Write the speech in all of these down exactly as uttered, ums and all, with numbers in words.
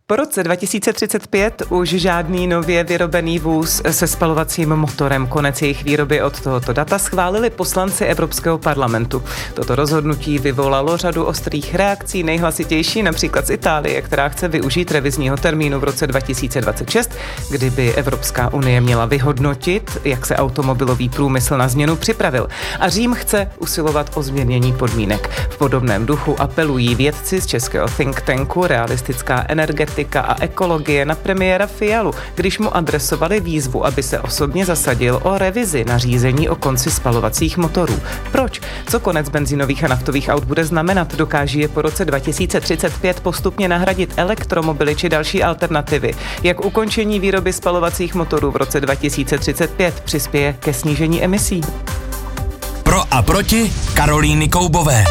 Po roce dva tisíce třicet pět už žádný nově vyrobený vůz se spalovacím motorem. Konec jejich výroby od tohoto data schválili poslanci Evropského parlamentu. Toto rozhodnutí vyvolalo řadu ostrých reakcí, nejhlasitější například z Itálie, která chce využít revizního termínu v roce dva tisíce dvacet šest, kdyby Evropská unie měla vyhodnotit, jak se automobilový průmysl na změnu připravil. A Řím chce usilovat o změnění podmínek. V podobném duchu apelují vědci z českého think tanku Realistická energetika a ekologie na premiéra Fialu, když mu adresovali výzvu, aby se osobně zasadil o revizi nařízení o konci spalovacích motorů. Proč? Co konec benzínových a naftových aut bude znamenat? Dokáží je po roce dva tisíce třicet pět postupně nahradit elektromobily či další alternativy? Jak ukončení výroby spalovacích motorů v roce dva tisíce třicet pět přispěje ke snížení emisí? Pro a proti Karolíny Koubové.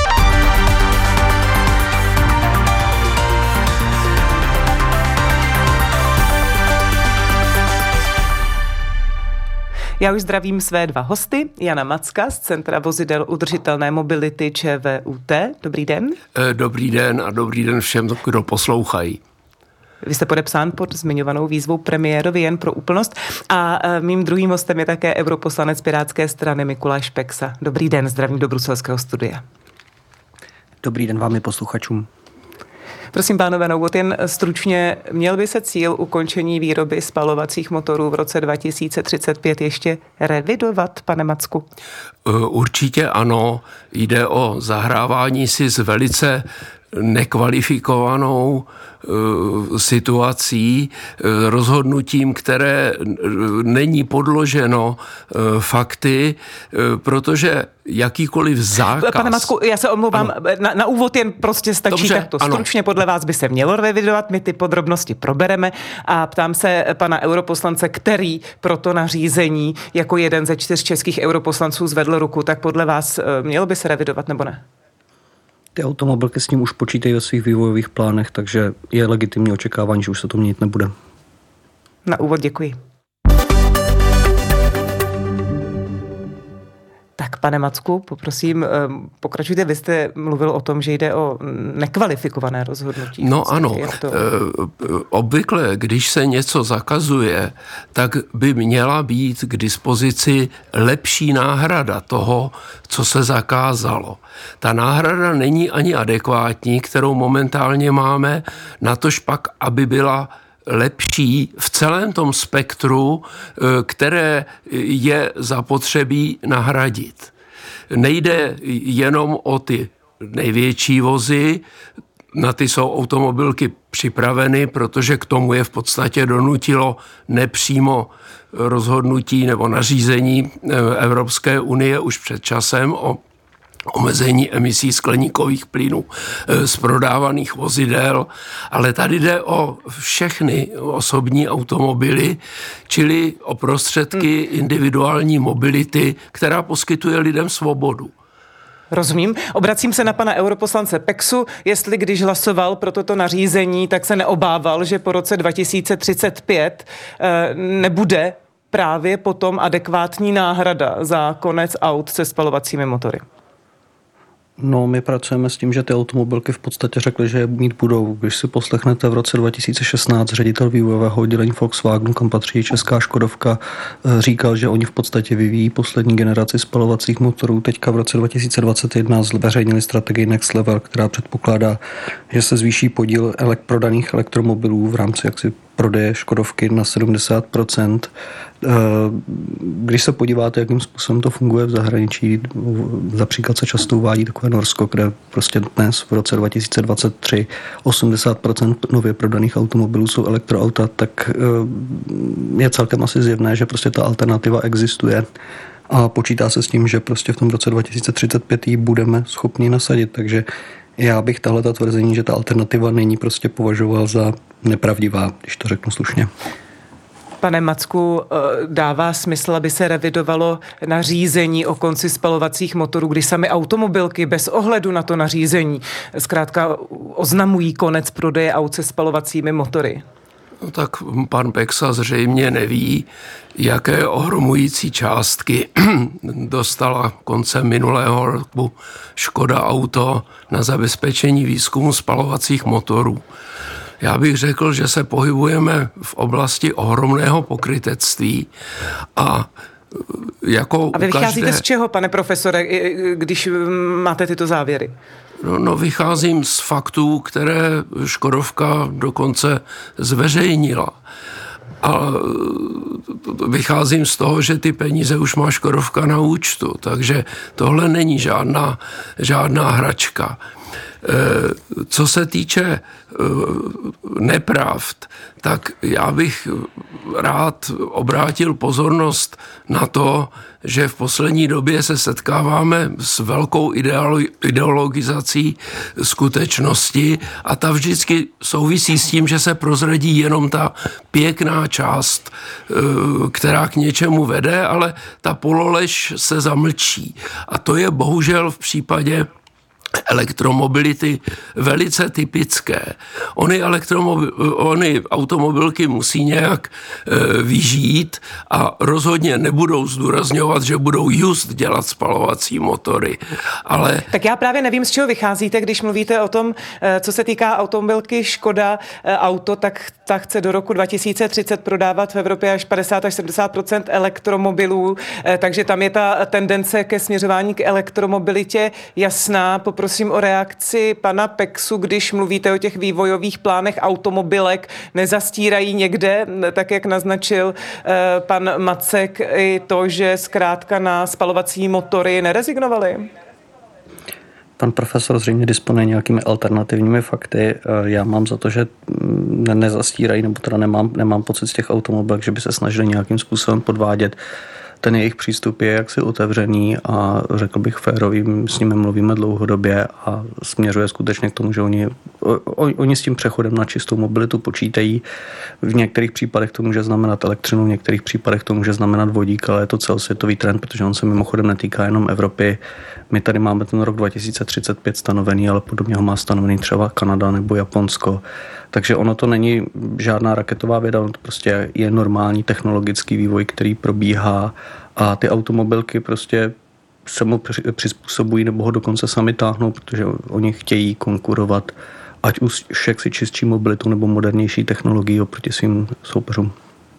Já už zdravím své dva hosty, Jana Macka z Centra vozidel udržitelné mobility ČVUT. Dobrý den. Dobrý den a dobrý den všem, kdo poslouchají. Vy jste podepsán pod zmiňovanou výzvou premiérovi, jen pro úplnost. A mým druhým hostem je také europoslanec Pirátské strany Mikuláš Peksa. Dobrý den, zdravím do bruselského studia. Dobrý den vám i posluchačům. Prosím, pánové, no, jen stručně, měl by se cíl ukončení výroby spalovacích motorů v roce dva tisíce třicet pět ještě revidovat, pane Macku? Určitě ano, jde o zahrávání si s velice nekvalifikovanou situací, rozhodnutím, které není podloženo fakty, protože jakýkoliv zákaz... Pane Macku, já se omlouvám, na, na úvod jen prostě stačí Dobře, takto. Ano. Stručně podle vás by se mělo revidovat, my ty podrobnosti probereme a ptám se pana europoslance, který pro to nařízení jako jeden ze čtyř českých europoslanců zvedl ruku, tak podle vás mělo by se revidovat nebo ne? Ty automobilky s ním už počítají ve svých vývojových plánech, takže je legitimní očekávání, že už se to měnit nebude. Na úvod děkuji. Tak, pane Macku, poprosím, pokračujte. Vy jste mluvil o tom, že jde o nekvalifikované rozhodnutí. No ano, to... obvykle, když se něco zakazuje, tak by měla být k dispozici lepší náhrada toho, co se zakázalo. Ta náhrada není ani adekvátní, kterou momentálně máme, natož pak, aby byla lepší v celém tom spektru, které je zapotřebí nahradit. Nejde jenom o ty největší vozy, na ty jsou automobilky připraveny, protože k tomu je v podstatě donutilo nepřímo rozhodnutí nebo nařízení Evropské unie už před časem o omezení emisí skleníkových plynů z prodávaných vozidel, ale tady jde o všechny osobní automobily, čili o prostředky individuální mobility, která poskytuje lidem svobodu. Rozumím. Obracím se na pana europoslance Peksu, jestli když hlasoval pro toto nařízení, tak se neobával, že po roce dva tisíce třicet pět eh, nebude právě potom adekvátní náhrada za konec aut se spalovacími motory. No, my pracujeme s tím, že ty automobilky v podstatě řekly, že je mít budou. Když si poslechnete v roce dva tisíce šestnáct ředitel vývojového oddělení Volkswagenu, kam patří česká Škodovka, říkal, že oni v podstatě vyvíjí poslední generaci spalovacích motorů. Teďka v roce dva tisíce dvacet jedna zveřejnili strategii Next Level, která předpokládá, že se zvýší podíl elek- prodaných elektromobilů v rámci jaksi prodeje Škodovky na sedmdesát procent. Když se podíváte, jakým způsobem to funguje v zahraničí, za příklad se často uvádí takové Norsko, kde prostě dnes v roce dva tisíce dvacet tři osmdesát procent nově prodaných automobilů jsou elektroauta, tak je celkem asi zjevné, že prostě ta alternativa existuje a počítá se s tím, že prostě v tom roce dva tisíce třicet pět ji budeme schopni nasadit, takže já bych tahleta tvrzení, že ta alternativa není, prostě považoval za nepravdivá, když to řeknu slušně. Pane Macku, dává smysl, aby se revidovalo nařízení o konci spalovacích motorů, když sami automobilky bez ohledu na to nařízení zkrátka oznamují konec prodeje aut se spalovacími motory? No tak pan Peksa zřejmě neví, jaké ohromující částky dostala koncem minulého roku Škoda Auto na zabezpečení výzkumu spalovacích motorů. Já bych řekl, že se pohybujeme v oblasti ohromného pokrytectví a jako A vy vycházíte každé... z čeho, pane profesore, když máte tyto závěry? No, no vycházím z faktů, které Škodovka dokonce zveřejnila. A vycházím z toho, že ty peníze už má Škodovka na účtu, takže tohle není žádná, žádná hračka. Co se týče nepravd, tak já bych rád obrátil pozornost na to, že v poslední době se setkáváme s velkou ideologizací skutečnosti a ta vždycky souvisí s tím, že se prozradí jenom ta pěkná část, která k něčemu vede, ale ta pololež se zamlčí. A to je bohužel v případě elektromobility velice typické. Ony, elektromobil, ony automobilky musí nějak e, vyžít a rozhodně nebudou zdůrazňovat, že budou just dělat spalovací motory. Ale... Tak já právě nevím, z čeho vycházíte, když mluvíte o tom, co se týká automobilky Škoda Auto, tak ta chce do roku dva tisíce třicet prodávat v Evropě až padesát až sedmdesát procent elektromobilů, takže tam je ta tendence ke směřování k elektromobilitě jasná. Poprosím o reakci pana Peksu, když mluvíte o těch vývojových plánech automobilek, nezastírají někde, tak jak naznačil pan Macek, i to, že zkrátka na spalovací motory nerezignovali? Pan profesor zřejmě disponuje nějakými alternativními fakty. Já mám za to, že nezastírají, nebo teda nemám, nemám pocit z těch automobilek, že by se snažili nějakým způsobem podvádět. Ten jejich přístup je jaksi otevřený a řekl bych férový, s nimi mluvíme dlouhodobě a směřuje skutečně k tomu, že oni, oni s tím přechodem na čistou mobilitu počítají. V některých případech to může znamenat elektřinu, v některých případech to může znamenat vodík, ale je to celosvětový trend, protože on se mimochodem netýká jenom Evropy. My tady máme ten rok dva tisíce třicet pět stanovený, ale podobně ho má stanovený třeba Kanada nebo Japonsko. Takže ono to není žádná raketová věda, ono to prostě je normální technologický vývoj, který probíhá a ty automobilky prostě se mu přizpůsobují nebo ho dokonce sami táhnou, protože oni chtějí konkurovat ať už si čistší mobilitu nebo modernější technologií oproti svým soupeřům.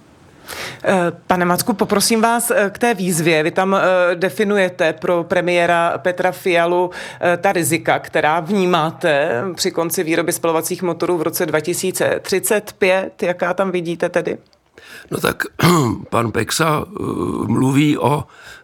Pane Macku, poprosím vás k té výzvě. Vy tam definujete pro premiéra Petra Fialu ta rizika, která vnímáte při konci výroby spalovacích motorů v roce dva tisíce třicet pět. Jaká tam vidíte tedy? No tak pan Peksa mluví o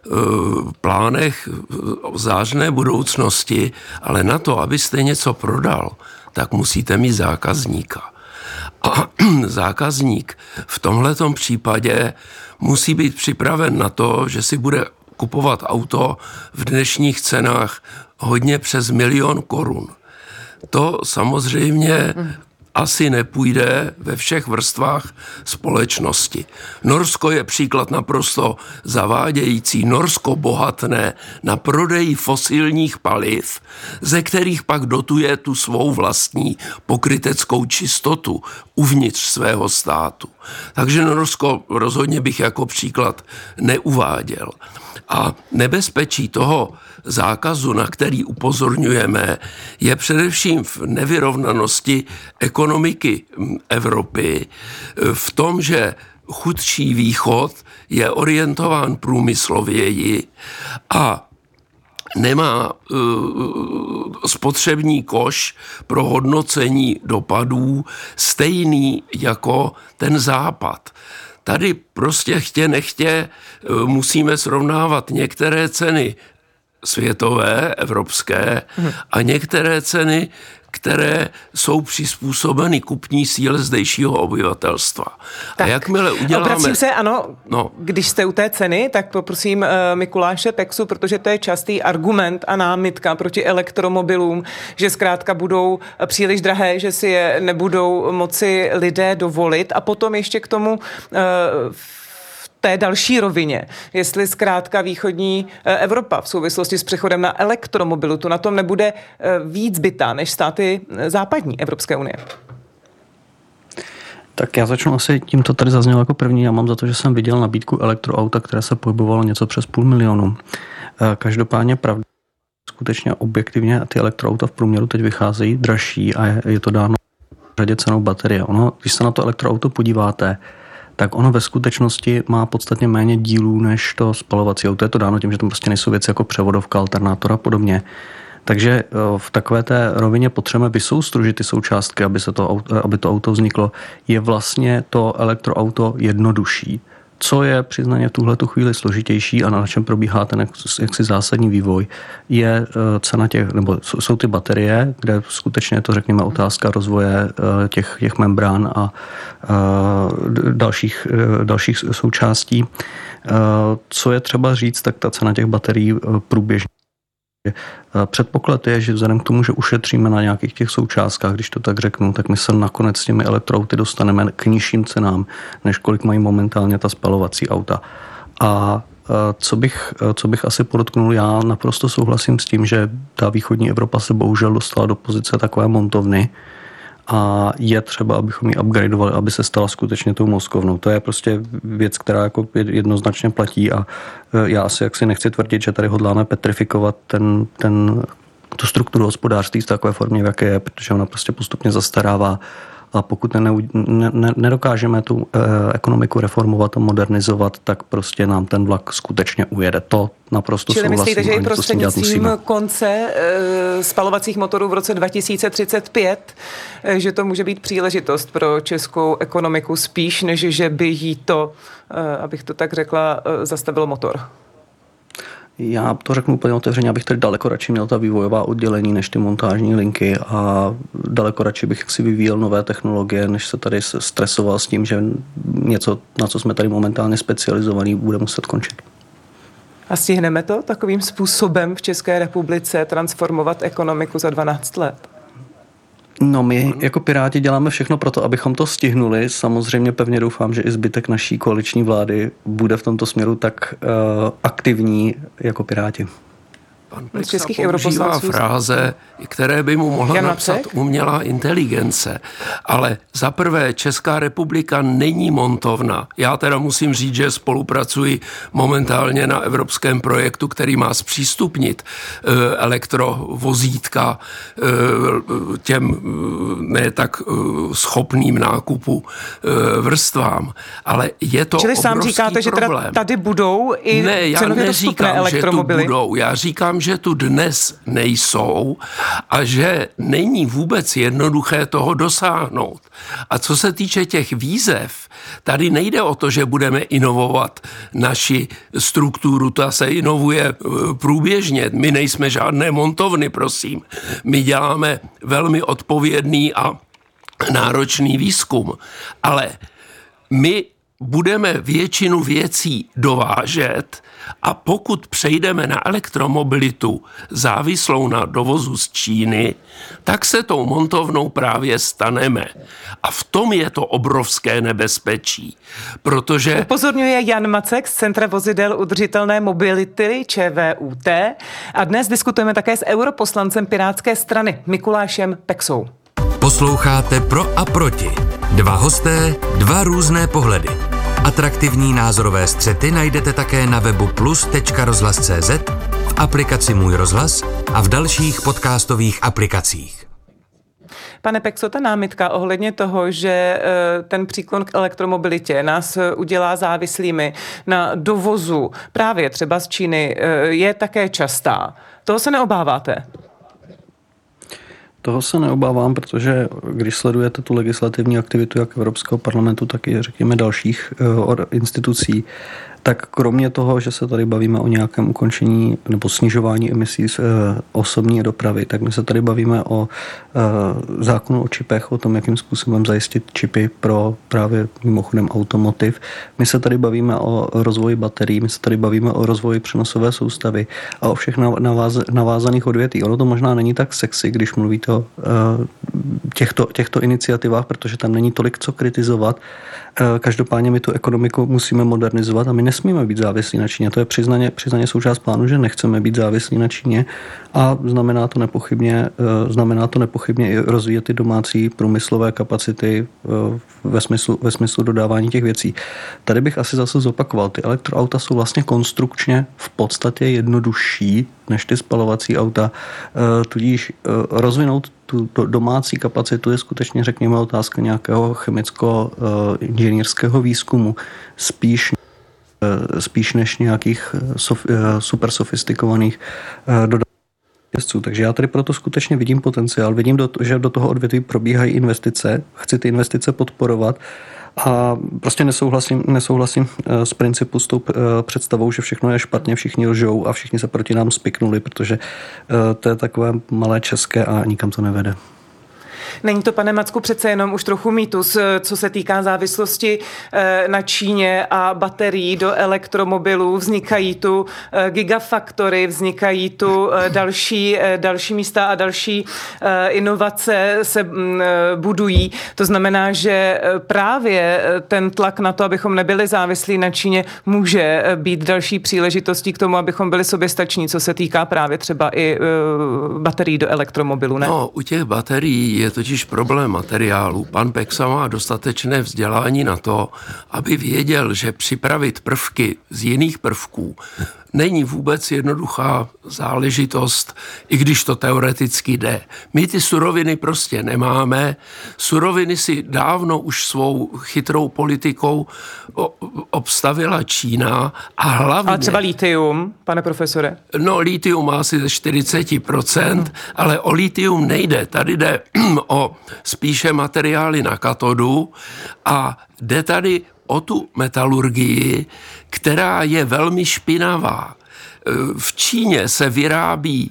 plánech o zářné budoucnosti, ale na to, abyste něco prodal, tak musíte mít zákazníka. A zákazník v tomhletom případě musí být připraven na to, že si bude kupovat auto v dnešních cenách hodně přes milion korun. To samozřejmě asi nepůjde ve všech vrstvách společnosti. Norsko je příklad naprosto zavádějící. Norsko bohatné na prodeji fosilních paliv, ze kterých pak dotuje tu svou vlastní pokryteckou čistotu uvnitř svého státu. Takže Norsko rozhodně bych jako příklad neuváděl. A nebezpečí toho zákazu, na který upozorňujeme, je především v nevyrovnanosti ekonomiky Evropy, v tom, že chudší východ je orientován průmyslověji a nemá uh, spotřební koš pro hodnocení dopadů stejný jako ten západ. Tady prostě chtě nechtě musíme srovnávat některé ceny světové, evropské a některé ceny, které jsou přizpůsobeny kupní síle zdejšího obyvatelstva. Tak, a jakmile uděláme... Obracím se, ano, no. Když jste u té ceny, tak poprosím uh, Mikuláše Peksu, protože to je častý argument a námitka proti elektromobilům, že zkrátka budou příliš drahé, že si je nebudou moci lidé dovolit. A potom ještě k tomu uh, té další rovině, jestli zkrátka východní Evropa v souvislosti s přechodem na elektromobilitu na tom nebude víc bitá než státy západní Evropské unie. Tak já začnu asi tím, to tady zaznělo jako první. Já mám za to, že jsem viděl nabídku elektroauta, které se pohybovalo něco přes půl milionu. Každopádně pravda, skutečně objektivně ty elektroauta v průměru teď vycházejí dražší a je to dáno řadě cenou baterie. Ono, když se na to elektroauto podíváte, tak ono ve skutečnosti má podstatně méně dílů než to spalovací auto. Je to dáno tím, že tam prostě nejsou věci jako převodovka, alternátor a podobně. Takže v takové té rovině potřebujeme vysoustružit ty součástky, aby, se to, aby to auto vzniklo. Je vlastně to elektroauto jednodušší. Co je přiznaně v tuhletu chvíli složitější a na čem probíhá ten jaksi zásadní vývoj, je cena těch, nebo jsou ty baterie, kde skutečně je to, řekněme, otázka rozvoje těch, těch membrán a dalších, dalších součástí. Co je třeba říct, tak ta cena těch baterií průběžně. Předpoklad je, že vzhledem k tomu, že ušetříme na nějakých těch součástkách, když to tak řeknu, tak my se nakonec s těmi elektroauty dostaneme k nižším cenám, než kolik mají momentálně ta spalovací auta. A co bych, co bych asi podotknul, já naprosto souhlasím s tím, že ta východní Evropa se bohužel dostala do pozice takové montovny a je třeba, abychom ji upgradeovali, aby se stala skutečně tou mozkovnou. To je prostě věc, která jako jednoznačně platí a já asi jaksi nechci tvrdit, že tady hodláme petrifikovat ten, ten, tu strukturu hospodářství v takové formě, v jaké je, protože ona prostě postupně zastarává a pokud ne, ne, nedokážeme tu e, ekonomiku reformovat a modernizovat, tak prostě nám ten vlak skutečně ujede. To naprosto Čili souhlasím. Čili myslíte, že i prostřednictvím konce e, spalovacích motorů v roce dva tisíce třicet pět, e, že to může být příležitost pro českou ekonomiku spíš, než že by jí to, e, abych to tak řekla, e, zastavilo motor? Já to řeknu úplně otevřeně, abych tady daleko radši měl ta vývojová oddělení než ty montážní linky a daleko radši bych si vyvíjel nové technologie, než se tady stresoval s tím, že něco, na co jsme tady momentálně specializovaní, bude muset končit. A stihneme to takovým způsobem v České republice transformovat ekonomiku za dvanáct let? No my jako Piráti děláme všechno pro to, abychom to stihnuli. Samozřejmě pevně doufám, že i zbytek naší koaliční vlády bude v tomto směru tak uh, aktivní jako Piráti. Pan Peksa používá fráze, které by mu mohla Jan napsat Macek? umělá inteligence. Ale za prvé, Česká republika není montovna. Já teda musím říct, že spolupracuji momentálně na evropském projektu, který má zpřístupnit uh, elektrovozítka uh, těm uh, ne tak uh, schopným nákupu uh, vrstvám. Ale je to Čili obrovský sám říkáte, problém. že teda tady budou i ne, já cenově dostupné elektromobily? Že tu budou. Já říkám, že tu dnes nejsou a že není vůbec jednoduché toho dosáhnout. A co se týče těch výzev, tady nejde o to, že budeme inovovat naši strukturu, ta se inovuje průběžně. My nejsme žádné montovny, prosím. My děláme velmi odpovědný a náročný výzkum. Ale my budeme většinu věcí dovážet a pokud přejdeme na elektromobilitu závislou na dovozu z Číny, tak se tou montovnou právě staneme. A v tom je to obrovské nebezpečí, protože... Upozorňuje Jan Macek z Centra vozidel udržitelné mobility ČVUT a dnes diskutujeme také s europoslancem Pirátské strany Mikulášem Peksou. Posloucháte Pro a proti. Dva hosté, dva různé pohledy. Atraktivní názorové střety najdete také na webu plus tečka rozhlas tečka cé zet, v aplikaci Můj rozhlas a v dalších podcastových aplikacích. Pane Pekso, ta námitka ohledně toho, že ten příklon k elektromobilitě nás udělá závislými na dovozu právě třeba z Číny, je také častá. Toho se neobáváte? Toho se neobávám, protože když sledujete tu legislativní aktivitu jak Evropského parlamentu, tak i řekněme dalších uh, institucí, tak kromě toho, že se tady bavíme o nějakém ukončení nebo snižování emisí z uh, osobní dopravy, tak my se tady bavíme o uh, zákonu o čipech, o tom, jakým způsobem zajistit čipy pro právě mimochodem automotiv. My se tady bavíme o rozvoji baterií, my se tady bavíme o rozvoji přenosové soustavy a o všech naváz, navázaných odvětví. Ono to možná není tak sexy, když mluvíte o uh, těchto, těchto iniciativách, protože tam není tolik co kritizovat. Uh, každopádně my tu ekonomiku musíme modernizovat a my nesmíme být závislí na Číně. To je přiznaně, přiznaně součást plánu, že nechceme být závislí na Číně a znamená to nepochybně, znamená to nepochybně i rozvíjet ty domácí průmyslové kapacity ve smyslu, ve smyslu dodávání těch věcí. Tady bych asi zase zopakoval, ty elektroauta jsou vlastně konstrukčně v podstatě jednodušší než ty spalovací auta, tudíž rozvinout tu domácí kapacitu je skutečně, řekněme, otázka nějakého chemicko-inženýrského výzkumu, spíš, spíš než nějakých super sofistikovaných dodatečných. Takže já tady proto skutečně vidím potenciál, vidím, do, že do toho odvětví probíhají investice, chci ty investice podporovat a prostě nesouhlasím, nesouhlasím z principu s tou představou, že všechno je špatně, všichni lžou a všichni se proti nám spiknuli, protože to je takové malé české a nikam to nevede. Není to, pane Macku, přece jenom už trochu mýtus, co se týká závislosti na Číně a baterií do elektromobilů. Vznikají tu gigafaktory, vznikají tu další, další místa a další inovace se budují. To znamená, že právě ten tlak na to, abychom nebyli závislí na Číně, může být další příležitostí k tomu, abychom byli soběstační, co se týká právě třeba i baterií do elektromobilů, ne? No, u těch baterií je totiž problém materiálu. Pan Peksa má dostatečné vzdělání na to, aby věděl, že připravit prvky z jiných prvků není vůbec jednoduchá záležitost, i když to teoreticky jde. My ty suroviny prostě nemáme. Suroviny si dávno už svou chytrou politikou obstavila Čína a hlavně... A třeba litium, pane profesore? No, litium má asi ze čtyřicet procent, hmm. ale o litium nejde. Tady jde o spíše materiály na katodu a jde tady o tu metalurgii, která je velmi špinavá. V Číně se vyrábí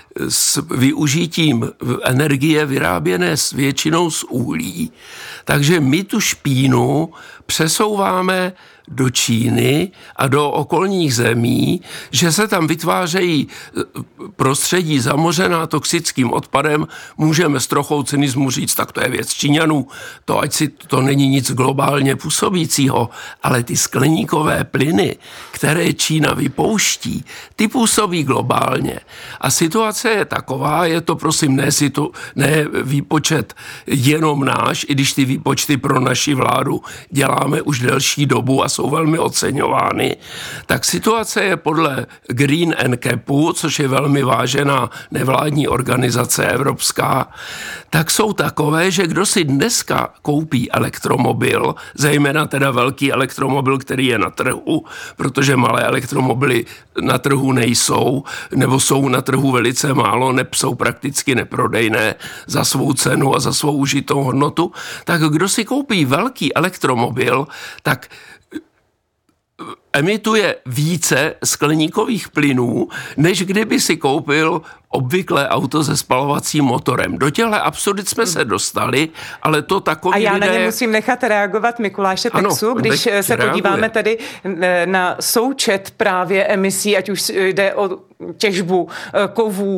s využitím energie vyráběné s většinou z uhlí, takže my tu špínu přesouváme do Číny a do okolních zemí, že se tam vytvářejí prostředí zamořená toxickým odpadem, můžeme s trochou cynismu říct, tak to je věc Číňanů, to ať si to není nic globálně působícího, ale ty skleníkové plyny, které Čína vypouští, ty působí globálně. A situace je taková, je to prosím ne, situ, ne výpočet jenom náš, i když ty výpočty pro naši vládu děláme už delší dobu a jsou velmi oceňovány, tak situace je podle Green and Capu, což je velmi vážená nevládní organizace evropská, tak jsou takové, že kdo si dneska koupí elektromobil, zejména teda velký elektromobil, který je na trhu, protože malé elektromobily na trhu nejsou, nebo jsou na trhu velice málo, ne, jsou prakticky neprodejné za svou cenu a za svou užitou hodnotu, tak kdo si koupí velký elektromobil, tak emituje více skleníkových plynů, než kdyby si koupil obvyklé auto se spalovacím motorem. Do těchto absurdit jsme se dostali, ale to takový lidé... A já lidé... na ně musím nechat reagovat Mikuláše Peksu, ano, když se reaguje. Podíváme tedy na součet právě emisí, ať už jde o těžbu kovů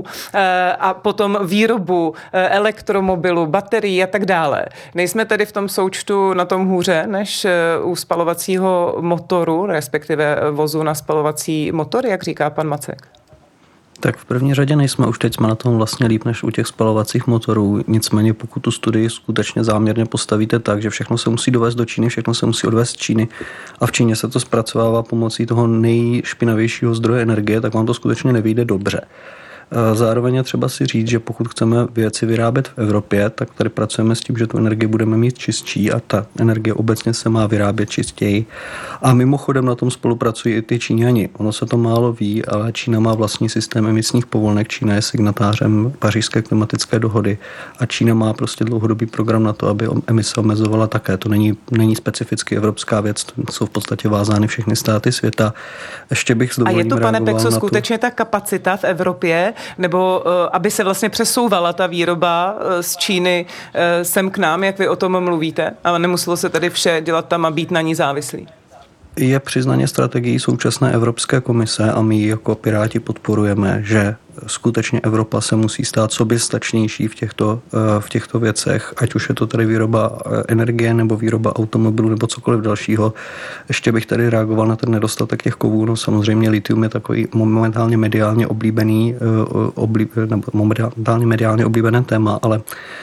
a potom výrobu elektromobilu, baterií a tak dále. Nejsme tedy v tom součtu na tom hůře, než u spalovacího motoru, respektive vozu na spalovací motor, jak říká pan Macek? Tak v první řadě nejsme, už teď jsme na tom vlastně líp než u těch spalovacích motorů. Nicméně pokud tu studii skutečně záměrně postavíte tak, že všechno se musí dovést do Číny, všechno se musí odvést z Číny a v Číně se to zpracovává pomocí toho nejšpinavějšího zdroje energie, tak vám to skutečně nevyjde dobře. Zároveň je třeba si říct, že pokud chceme věci vyrábět v Evropě, tak tady pracujeme s tím, že tu energii budeme mít čistší a ta energie obecně se má vyrábět čistěji. A mimochodem na tom spolupracují i ty Číňani. Ono se to málo ví, ale Čína má vlastní systém emisních povolenek. Čína je signatářem Pařížské klimatické dohody a Čína má prostě dlouhodobý program na to, aby emise omezovala také. To není, není specificky evropská věc, to jsou v podstatě vázány všechny státy světa. Ještě bych s dovolením A je to, pane Pekso, tu... skutečně ta kapacita v Evropě, nebo aby se vlastně přesouvala ta výroba z Číny sem k nám, jak vy o tom mluvíte, ale nemuselo se tady vše dělat tam a být na ní závislý? Je přiznaně strategií současné Evropské komise a my jako Piráti podporujeme, že skutečně Evropa se musí stát soběstačnější v těchto, v těchto věcech, ať už je to tady výroba energie nebo výroba automobilů nebo cokoliv dalšího. Ještě bych tady reagoval na ten nedostatek těch kovů. No samozřejmě litium je takový momentálně mediálně oblíbený, oblí, nebo momentálně mediálně oblíbené téma, ale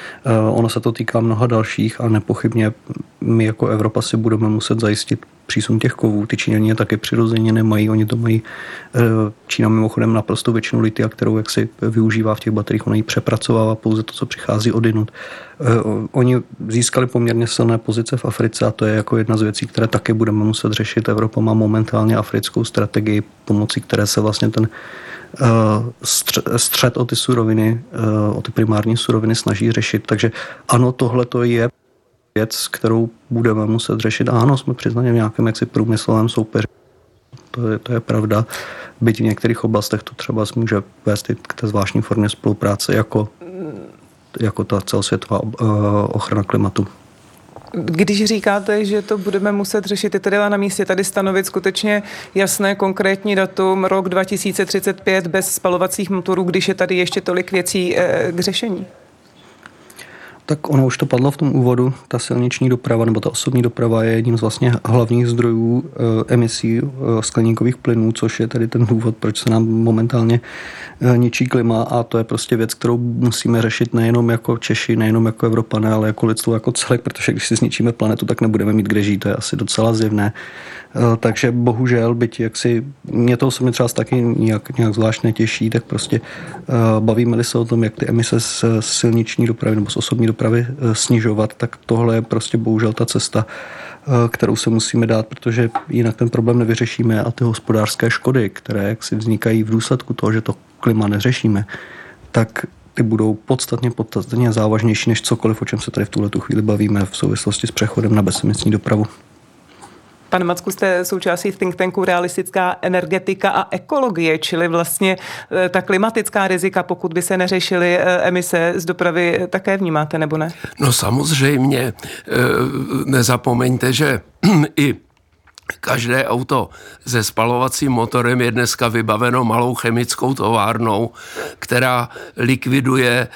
ono se to týká mnoha dalších a nepochybně my jako Evropa si budeme muset zajistit přísun těch kovů. Ty Číňané je taky přirozeně nemají, oni to mají. Čína mimochodem naprosto většinu litia, kterou jak si využívá v těch bateriích, ona ji přepracovává pouze to, co přichází odinut. Oni získali poměrně silné pozice v Africe a to je jako jedna z věcí, které také budeme muset řešit. Evropa má momentálně africkou strategii, pomocí které se vlastně ten střet o ty suroviny, o ty primární suroviny snaží řešit. Takže ano, tohle to je věc, kterou budeme muset řešit. A ano, jsme přiznaně v nějakém jaksi průmyslovém soupeři. To je, to je pravda. Byť v některých oblastech to třeba může vést i k té zvláštní formě spolupráce jako, jako ta celosvětová ochrana klimatu. Když říkáte, že to budeme muset řešit, je tedy na místě tady stanovit skutečně jasné konkrétní datum, rok dva tisíce třicet pět bez spalovacích motorů, když je tady ještě tolik věcí k řešení? Tak ono už to padlo v tom úvodu, ta silniční doprava nebo ta osobní doprava je jedním z vlastně hlavních zdrojů e, emisí e, skleníkových plynů, což je tedy ten důvod, proč se nám momentálně e, ničí klima a to je prostě věc, kterou musíme řešit nejenom jako Češi, nejenom jako Evropané, ale jako lidstvo jako celek, protože když si zničíme planetu, tak nebudeme mít kde žít, to je asi docela zjevné. E, takže bohužel, byť jaksi, mě to osobně třeba taky nějak, nějak zvlášť netěší, tak prostě e, bavíme-li se o tom, jak ty emise z silniční dopravy nebo z osobní dopravy snižovat, tak tohle je prostě bohužel ta cesta, kterou se musíme dát, protože jinak ten problém nevyřešíme a ty hospodářské škody, které jaksi vznikají v důsledku toho, že to klima neřešíme, tak ty budou podstatně, podstatně závažnější než cokoliv, o čem se tady v tuhletu chvíli bavíme v souvislosti s přechodem na bezemisní dopravu. Pane Macku, jste součástí think tanku Realistická energetika a ekologie, čili vlastně ta klimatická rizika, pokud by se neřešily emise z dopravy, také vnímáte, nebo ne? No samozřejmě, nezapomeňte, že i každé auto se spalovacím motorem je dneska vybaveno malou chemickou továrnou, která likviduje e,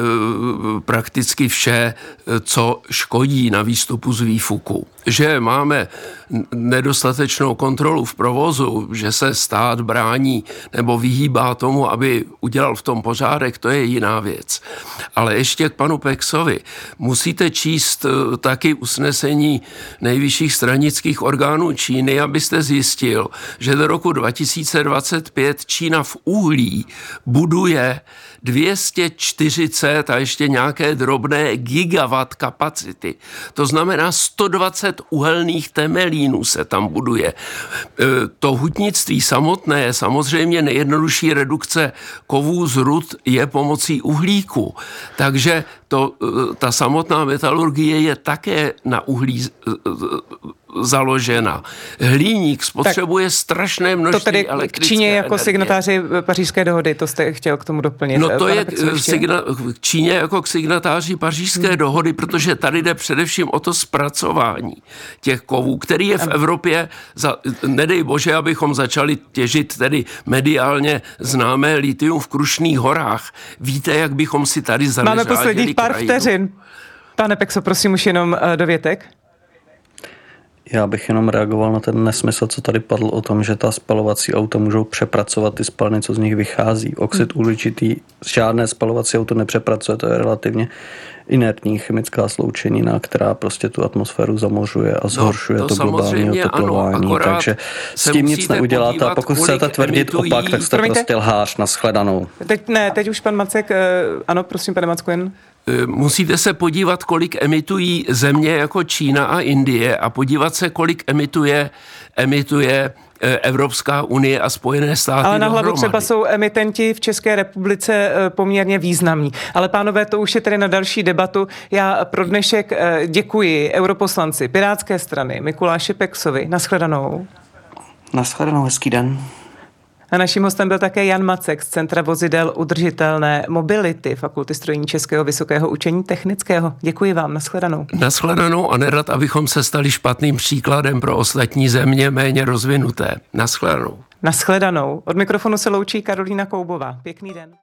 prakticky vše, co škodí na výstupu z výfuku. Že máme nedostatečnou kontrolu v provozu, že se stát brání nebo vyhýbá tomu, aby udělal v tom pořádek, to je jiná věc. Ale ještě k panu Pexovi. Musíte číst taky usnesení nejvyšších stranických orgánů Číny, abyste zjistil, že do roku dva tisíce dvacet pět Čína v uhlí buduje dvě stě čtyřicet a ještě nějaké drobné gigawatt kapacity. To znamená sto dvacet uhelných temelínů se tam buduje. To hutnictví samotné je samozřejmě nejjednodušší redukce kovů z rud je pomocí uhlíku. Takže to, ta samotná metalurgie je také na uhlí založena. Hliník spotřebuje tak strašné množství to tedy elektrické k Číně jako energie. Signatáři Pařížské dohody, to jste chtěl k tomu doplnit. No to je signa, k Číně jako k signatáři Pařížské hmm. dohody, protože tady jde především o to zpracování těch kovů, který je v ano. Evropě, za, nedej bože, abychom začali těžit tedy mediálně známé litium v Krušných horách. Víte, jak bychom si tady zaneřádili Máme posledních pár krajinu. vteřin. Pane Pexo, prosím už jenom dovětek. Já bych jenom reagoval na ten nesmysl, co tady padl o tom, že ta spalovací auta můžou přepracovat ty spaliny, co z nich vychází. Oxid uhličitý žádné spalovací auto nepřepracuje, to je relativně inertní chemická sloučenina, která prostě tu atmosféru zamořuje a zhoršuje no, to, to globální oteplování. Takže s tím nic neuděláte a pokud chcete tvrdit emitují... opak, tak jste Promiňte? prostě lhář, na shledanou. Teď ne, teď už pan Macek, ano, prosím, pane Macku, jen. Musíte se podívat, kolik emitují země jako Čína a Indie a podívat se, kolik emituje, emituje Evropská unie a Spojené státy. Ale na hlavu dohromady. třeba jsou emitenti v České republice poměrně významní. Ale pánové, to už je tedy na další debatu. Já pro dnešek děkuji europoslanci Pirátské strany Mikuláši Pexovi. Naschledanou. Naschledanou, hezký den. A naším hostem byl také Jan Macek z Centra vozidel udržitelné mobility Fakulty strojní Českého vysokého učení technického. Děkuji vám, naschledanou. Naschledanou a nerad, abychom se stali špatným příkladem pro ostatní země méně rozvinuté. Naschledanou. Naschledanou. Od mikrofonu se loučí Karolína Koubová. Pěkný den.